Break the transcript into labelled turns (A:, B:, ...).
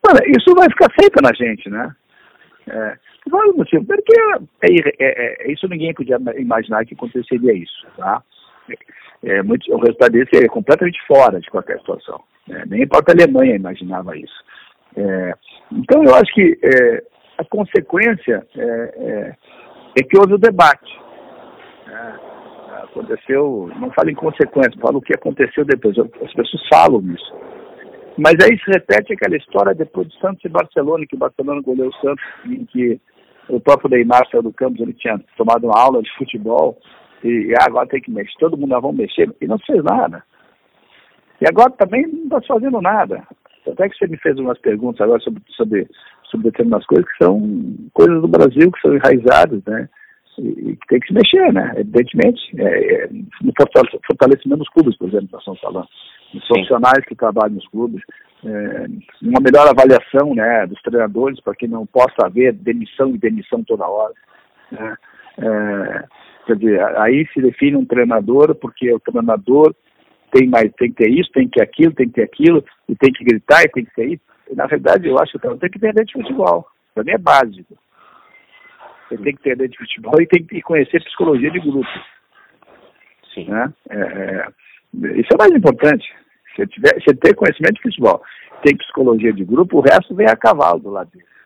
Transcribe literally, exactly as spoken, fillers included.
A: Mano, isso vai ficar sempre na gente, né? É, por vários motivos. Porque é, é, é, isso ninguém podia imaginar que aconteceria isso, tá? É, muito, o resultado desse é completamente fora de qualquer situação. Né? Nem a própria Alemanha imaginava isso. É, então, eu acho que é, a consequência é, é, é que houve o debate. É, aconteceu, não falo em consequência, falo o que aconteceu depois. As pessoas falam isso. Mas aí se repete aquela história depois de Santos e Barcelona, que o Barcelona goleou o Santos, em que o próprio Neymar saiu do campo, ele tinha tomado uma aula de futebol, e agora tem que mexer, todo mundo vai mexer, e não fez nada. E agora também não está fazendo nada. Até que você me fez umas perguntas agora sobre, sobre, sobre determinadas coisas que são coisas do Brasil, que são enraizadas, né? E, e que tem que se mexer, né? Evidentemente. É, é, no fortalecimento dos clubes, por exemplo, nós estamos falando. Os profissionais que trabalham nos clubes. É, uma melhor avaliação, né, dos treinadores, para que não possa haver demissão e demissão toda hora. Né? É, quer dizer, aí se define um treinador, porque o treinador tem, mais, tem que ter isso, tem que ter aquilo, tem que ter aquilo, e tem que gritar, e tem que ter isso. E, na verdade, eu acho que o treinador tem que entender de futebol. Para mim é básico. Ele tem que entender de futebol e tem que conhecer psicologia de grupo.
B: Sim.
A: Né? É, é, isso é o mais importante. Se tiver, se ter conhecimento de futebol, tem psicologia de grupo, o resto vem a cavalo do lado dele.